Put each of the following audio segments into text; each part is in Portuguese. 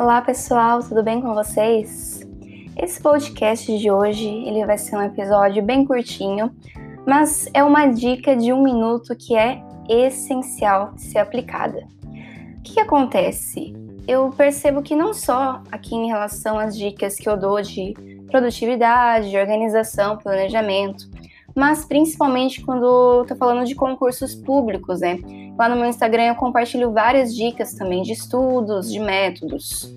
Olá pessoal, tudo bem com vocês? Esse podcast de hoje ele vai ser um episódio bem curtinho, mas é uma dica de 1 minuto que é essencial de ser aplicada. O que acontece? Eu percebo que não só aqui em relação às dicas que eu dou de produtividade, de organização, planejamento, mas principalmente quando estou falando de concursos públicos, né? Lá no meu Instagram eu compartilho várias dicas também de estudos, de métodos.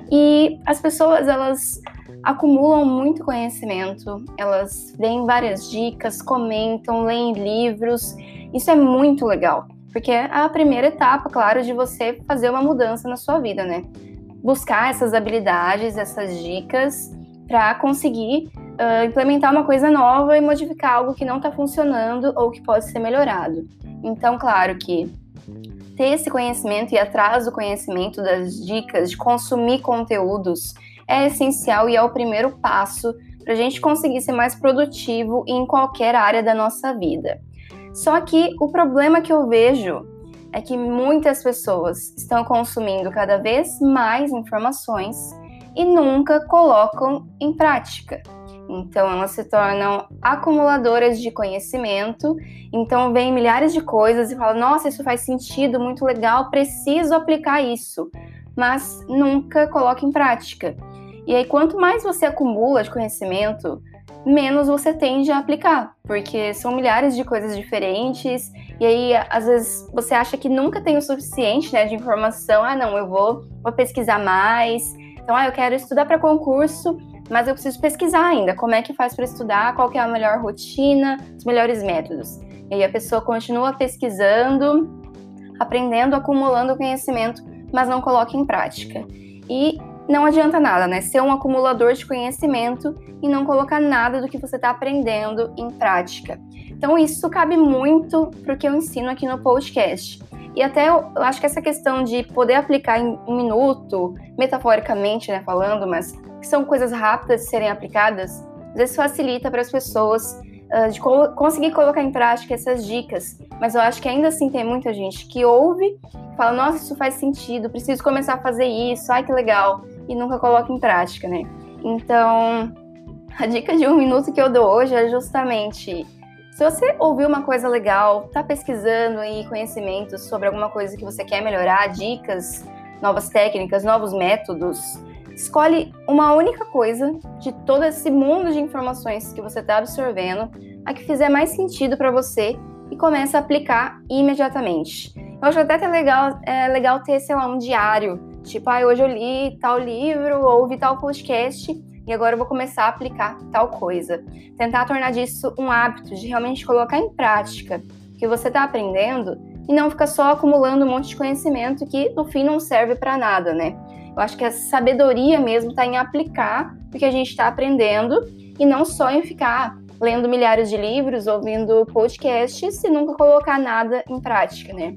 E as pessoas, elas acumulam muito conhecimento, elas veem várias dicas, comentam, leem livros. Isso é muito legal, porque é a primeira etapa, claro, de você fazer uma mudança na sua vida, né? Buscar essas habilidades, essas dicas para conseguir implementar uma coisa nova e modificar algo que não está funcionando ou que pode ser melhorado. Então, claro que ter esse conhecimento e ir atrás do conhecimento das dicas, de consumir conteúdos, é essencial e é o primeiro passo para a gente conseguir ser mais produtivo em qualquer área da nossa vida. Só que o problema que eu vejo é que muitas pessoas estão consumindo cada vez mais informações e nunca colocam em prática. Então, elas se tornam acumuladoras de conhecimento, então vem milhares de coisas e falam, nossa, isso faz sentido, muito legal, preciso aplicar isso, mas nunca coloca em prática. E aí, quanto mais você acumula de conhecimento, menos você tende a aplicar, porque são milhares de coisas diferentes, e aí, às vezes, você acha que nunca tem o suficiente, né, de informação, não, eu vou pesquisar mais, então, eu quero estudar para concurso, mas eu preciso pesquisar ainda como é que faz para estudar, qual que é a melhor rotina, os melhores métodos. E aí a pessoa continua pesquisando, aprendendo, acumulando conhecimento, mas não coloca em prática. E não adianta nada, né? Ser um acumulador de conhecimento e não colocar nada do que você está aprendendo em prática. Então isso cabe muito para o que eu ensino aqui no podcast. E até eu acho que essa questão de poder aplicar em 1 minuto, metaforicamente, né, falando, mas que são coisas rápidas de serem aplicadas, às vezes facilita para as pessoas de conseguir colocar em prática essas dicas. Mas eu acho que ainda assim tem muita gente que ouve e fala, nossa, isso faz sentido, preciso começar a fazer isso, ai que legal, e nunca coloca em prática, né? Então, a dica de 1 minuto que eu dou hoje é justamente, se você ouviu uma coisa legal, tá pesquisando aí conhecimentos sobre alguma coisa que você quer melhorar, dicas, novas técnicas, novos métodos, escolhe uma única coisa de todo esse mundo de informações que você está absorvendo, a que fizer mais sentido para você e começa a aplicar imediatamente. Eu acho até que é legal ter, sei lá, um diário, tipo, hoje eu li tal livro, ouvi tal podcast e agora eu vou começar a aplicar tal coisa. Tentar tornar disso um hábito, de realmente colocar em prática o que você está aprendendo e não ficar só acumulando um monte de conhecimento que no fim não serve para nada, né? Eu acho que a sabedoria mesmo está em aplicar o que a gente está aprendendo e não só em ficar lendo milhares de livros, ouvindo podcasts e nunca colocar nada em prática, né?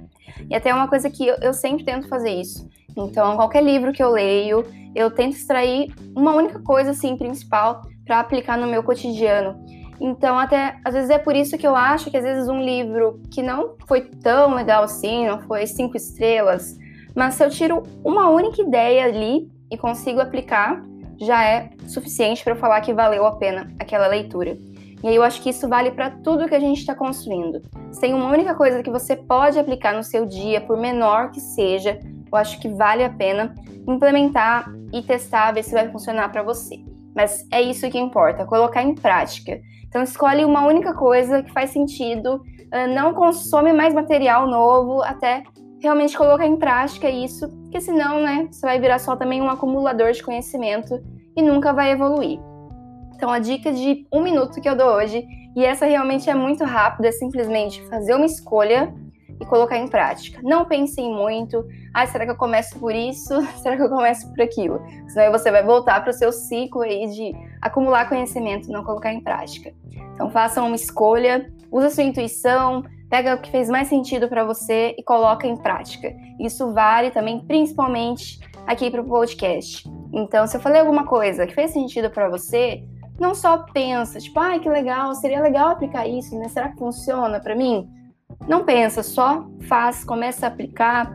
E até uma coisa que eu sempre tento fazer isso. Então, qualquer livro que eu leio, eu tento extrair uma única coisa, assim, principal para aplicar no meu cotidiano. Então, até, às vezes é por isso que eu acho que, às vezes, um livro que não foi tão legal assim, não foi 5 estrelas, mas se eu tiro uma única ideia ali e consigo aplicar, já é suficiente para eu falar que valeu a pena aquela leitura. E aí eu acho que isso vale para tudo que a gente está construindo. Se tem uma única coisa que você pode aplicar no seu dia, por menor que seja, eu acho que vale a pena implementar e testar, ver se vai funcionar para você. Mas é isso que importa, colocar em prática. Então escolhe uma única coisa que faz sentido, não consome mais material novo, até realmente colocar em prática isso, porque senão, né, você vai virar só também um acumulador de conhecimento e nunca vai evoluir. Então, a dica de 1 minuto que eu dou hoje, e essa realmente é muito rápida, é simplesmente fazer uma escolha e colocar em prática. Não pensem muito, será que eu começo por isso? Será que eu começo por aquilo? Senão você vai voltar para o seu ciclo aí de acumular conhecimento e não colocar em prática. Então, façam uma escolha, use a sua intuição, pega o que fez mais sentido para você e coloca em prática. Isso vale também, principalmente, aqui para o podcast. Então, se eu falei alguma coisa que fez sentido para você, não só pensa, tipo, que legal, seria legal aplicar isso, né? Será que funciona para mim? Não pensa, só faz, começa a aplicar.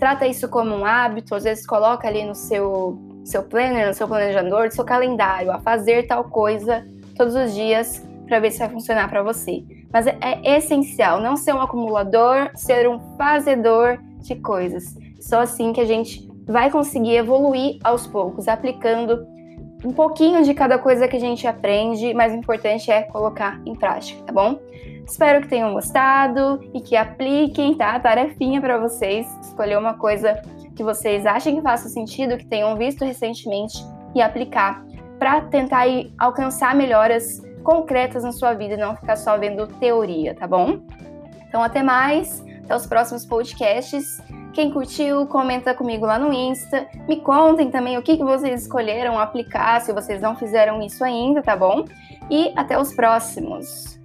trata isso como um hábito, às vezes coloca ali no seu planner, no seu planejador, no seu calendário, a fazer tal coisa todos os dias para ver se vai funcionar para você. Mas é essencial não ser um acumulador, ser um fazedor de coisas. Só assim que a gente vai conseguir evoluir aos poucos, aplicando um pouquinho de cada coisa que a gente aprende, mas o importante é colocar em prática, tá bom? Espero que tenham gostado e que apliquem, tá? Tarefinha para vocês, escolher uma coisa que vocês achem que faça sentido, que tenham visto recentemente e aplicar para tentar alcançar melhoras concretas na sua vida e não ficar só vendo teoria, tá bom? Então até mais, até os próximos podcasts. Quem curtiu, comenta comigo lá no Insta. Me contem também o que vocês escolheram aplicar, se vocês não fizeram isso ainda, tá bom? E até os próximos!